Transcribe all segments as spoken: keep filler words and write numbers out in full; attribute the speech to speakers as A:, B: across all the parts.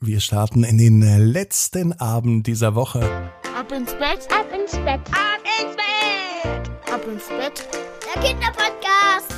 A: Wir starten in den letzten Abend dieser Woche.
B: Ab ins Bett, ab ins Bett, ab ins Bett, ab ins Bett, der Kinderpodcast.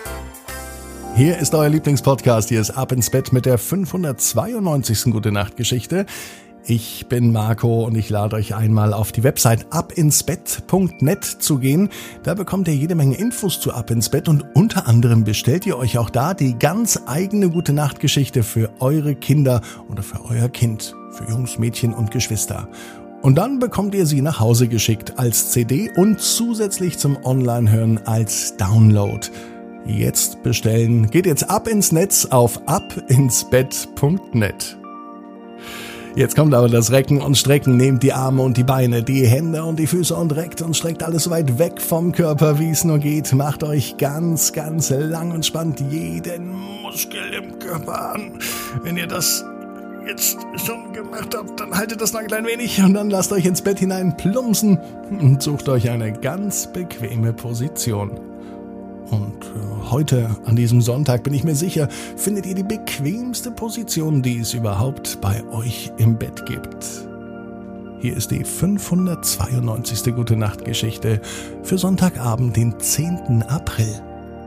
A: Hier ist euer Lieblingspodcast, hier ist Ab ins Bett mit der fünfhundertzweiundneunzigsten Gute-Nacht-Geschichte. Ich bin Marco und ich lade euch einmal auf die Website abinsbett punkt net zu gehen. Da bekommt ihr jede Menge Infos zu Ab ins Bett und unter anderem bestellt ihr euch auch da die ganz eigene Gute-Nacht-Geschichte für eure Kinder oder für euer Kind, für Jungs, Mädchen und Geschwister. Und dann bekommt ihr sie nach Hause geschickt als C D und zusätzlich zum Online-Hören als Download. Jetzt bestellen, geht jetzt ab ins Netz auf abinsbett punkt net. Jetzt kommt aber das Recken und Strecken, nehmt die Arme und die Beine, die Hände und die Füße und reckt und streckt alles so weit weg vom Körper, wie es nur geht. Macht euch ganz, ganz lang und spannt jeden Muskel im Körper an. Wenn ihr das jetzt schon gemacht habt, dann haltet das noch ein klein wenig und dann lasst euch ins Bett hinein plumpsen und sucht euch eine ganz bequeme Position. Und heute, an diesem Sonntag, bin ich mir sicher, findet ihr die bequemste Position, die es überhaupt bei euch im Bett gibt. Hier ist die fünfhundertzweiundneunzigste Gute-Nacht-Geschichte für Sonntagabend, den zehnten April.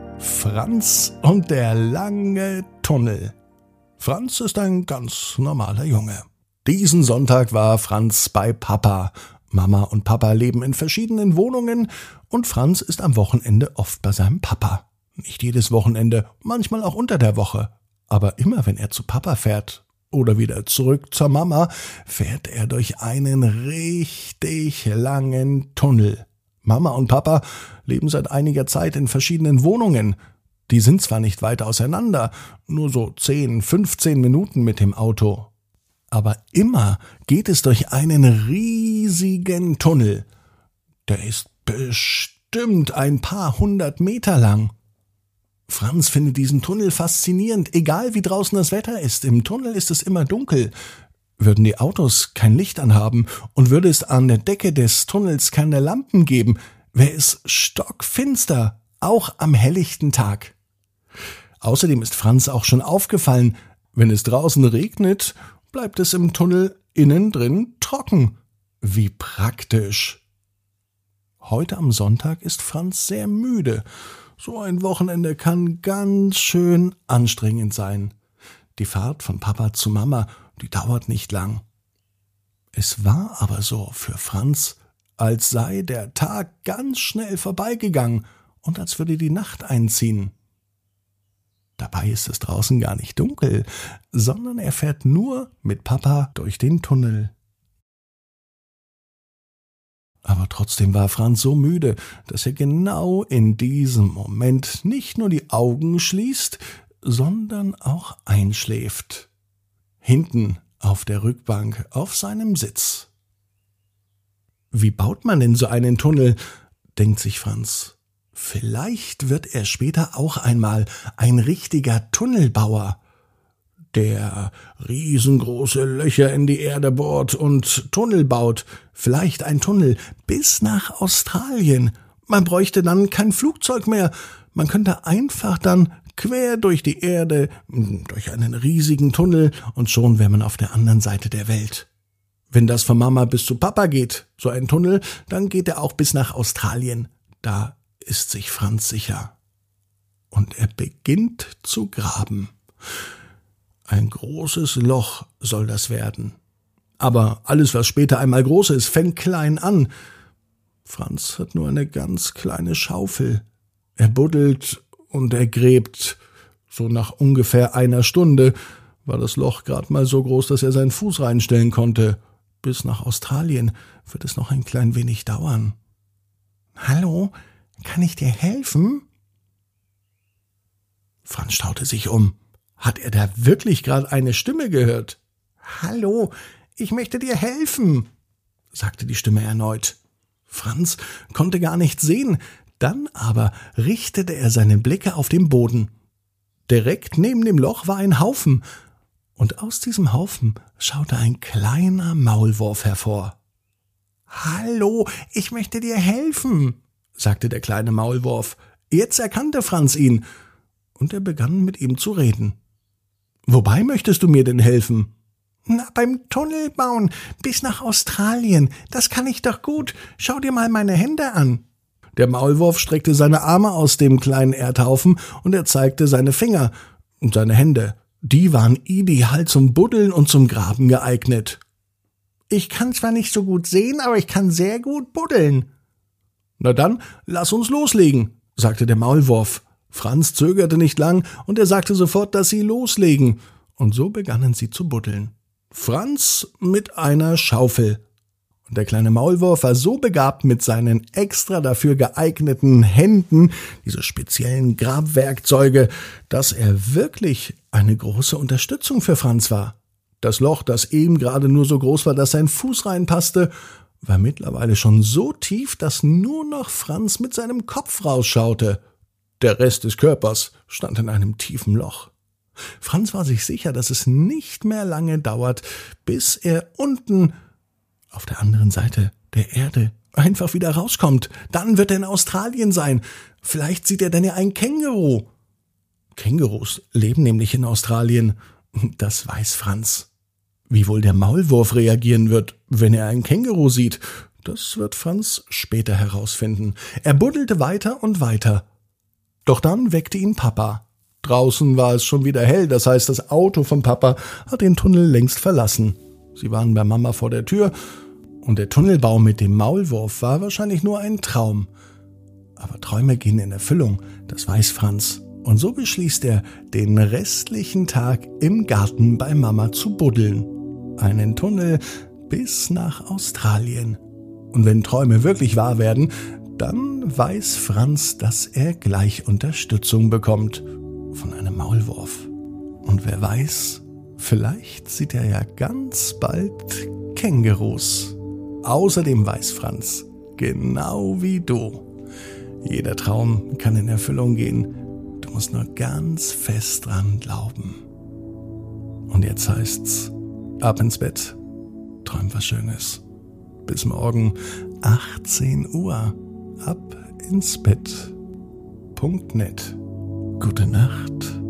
A: Franz und der lange Tunnel. Franz ist ein ganz normaler Junge. Diesen Sonntag war Franz bei Papa. Mama und Papa leben in verschiedenen Wohnungen und Franz ist am Wochenende oft bei seinem Papa. Nicht jedes Wochenende, manchmal auch unter der Woche. Aber immer wenn er zu Papa fährt oder wieder zurück zur Mama, fährt er durch einen richtig langen Tunnel. Mama und Papa leben seit einiger Zeit in verschiedenen Wohnungen. Die sind zwar nicht weit auseinander, nur so zehn, fünfzehn Minuten mit dem Auto. Aber immer geht es durch einen riesigen Tunnel. Der ist bestimmt ein paar hundert Meter lang. Franz findet diesen Tunnel faszinierend, egal wie draußen das Wetter ist. Im Tunnel ist es immer dunkel. Würden die Autos kein Licht anhaben und würde es an der Decke des Tunnels keine Lampen geben, wäre es stockfinster, auch am helllichten Tag. Außerdem ist Franz auch schon aufgefallen, wenn es draußen regnet, bleibt es im Tunnel innen drin trocken. Wie praktisch. Heute am Sonntag ist Franz sehr müde. So ein Wochenende kann ganz schön anstrengend sein. Die Fahrt von Papa zu Mama, die dauert nicht lang. Es war aber so für Franz, als sei der Tag ganz schnell vorbeigegangen und als würde die Nacht einziehen. Dabei ist es draußen gar nicht dunkel, sondern er fährt nur mit Papa durch den Tunnel. Aber trotzdem war Franz so müde, dass er genau in diesem Moment nicht nur die Augen schließt, sondern auch einschläft. Hinten auf der Rückbank auf seinem Sitz. Wie baut man denn so einen Tunnel, denkt sich Franz. Vielleicht wird er später auch einmal ein richtiger Tunnelbauer, der riesengroße Löcher in die Erde bohrt und Tunnel baut, vielleicht ein Tunnel bis nach Australien. Man bräuchte dann kein Flugzeug mehr, man könnte einfach dann quer durch die Erde, durch einen riesigen Tunnel und schon wäre man auf der anderen Seite der Welt. Wenn das von Mama bis zu Papa geht, so ein Tunnel, dann geht er auch bis nach Australien. Da ist sich Franz sicher. Und er beginnt zu graben. Ein großes Loch soll das werden. Aber alles, was später einmal groß ist, fängt klein an. Franz hat nur eine ganz kleine Schaufel. Er buddelt und er gräbt. So nach ungefähr einer Stunde war das Loch gerade mal so groß, dass er seinen Fuß reinstellen konnte. Bis nach Australien wird es noch ein klein wenig dauern. »Hallo, kann ich dir helfen?« Franz schaute sich um. Hat er da wirklich gerade eine Stimme gehört? »Hallo, ich möchte dir helfen«, sagte die Stimme erneut. Franz konnte gar nichts sehen, dann aber richtete er seine Blicke auf den Boden. Direkt neben dem Loch war ein Haufen, und aus diesem Haufen schaute ein kleiner Maulwurf hervor. »Hallo, ich möchte dir helfen«, sagte der kleine Maulwurf. Jetzt erkannte Franz ihn, und er begann mit ihm zu reden. »Wobei möchtest du mir denn helfen?« Na, beim Tunnel bauen bis nach Australien, das kann ich doch gut. Schau dir mal meine Hände an. Der Maulwurf streckte seine Arme aus dem kleinen Erdhaufen und er zeigte seine Finger und seine Hände. Die waren ideal zum Buddeln und zum Graben geeignet. Ich kann zwar nicht so gut sehen, aber ich kann sehr gut buddeln. Na dann, lass uns loslegen, sagte der Maulwurf. Franz zögerte nicht lang und er sagte sofort, dass sie loslegen. Und so begannen sie zu buddeln. Franz mit einer Schaufel. Und der kleine Maulwurf war so begabt mit seinen extra dafür geeigneten Händen, diese speziellen Grabwerkzeuge, dass er wirklich eine große Unterstützung für Franz war. Das Loch, das eben gerade nur so groß war, dass sein Fuß reinpasste, war mittlerweile schon so tief, dass nur noch Franz mit seinem Kopf rausschaute. Der Rest des Körpers stand in einem tiefen Loch. Franz war sich sicher, dass es nicht mehr lange dauert, bis er unten auf der anderen Seite der Erde einfach wieder rauskommt. Dann wird er in Australien sein. Vielleicht sieht er dann ja ein Känguru. Kängurus leben nämlich in Australien. Das weiß Franz. Wie wohl der Maulwurf reagieren wird, wenn er ein Känguru sieht, das wird Franz später herausfinden. Er buddelte weiter und weiter. Doch dann weckte ihn Papa. Draußen war es schon wieder hell, das heißt, das Auto von Papa hat den Tunnel längst verlassen. Sie waren bei Mama vor der Tür und der Tunnelbau mit dem Maulwurf war wahrscheinlich nur ein Traum. Aber Träume gehen in Erfüllung, das weiß Franz. Und so beschließt er, den restlichen Tag im Garten bei Mama zu buddeln. Einen Tunnel bis nach Australien. Und wenn Träume wirklich wahr werden, dann weiß Franz, dass er gleich Unterstützung bekommt von einem Maulwurf. Und wer weiß, vielleicht sieht er ja ganz bald Kängurus. Außerdem weiß Franz, genau wie du, jeder Traum kann in Erfüllung gehen. Du musst nur ganz fest dran glauben. Und jetzt heißt's, ab ins Bett, träum was Schönes. Bis morgen, achtzehn Uhr, ab ins Bett. Punkt net. Gute Nacht.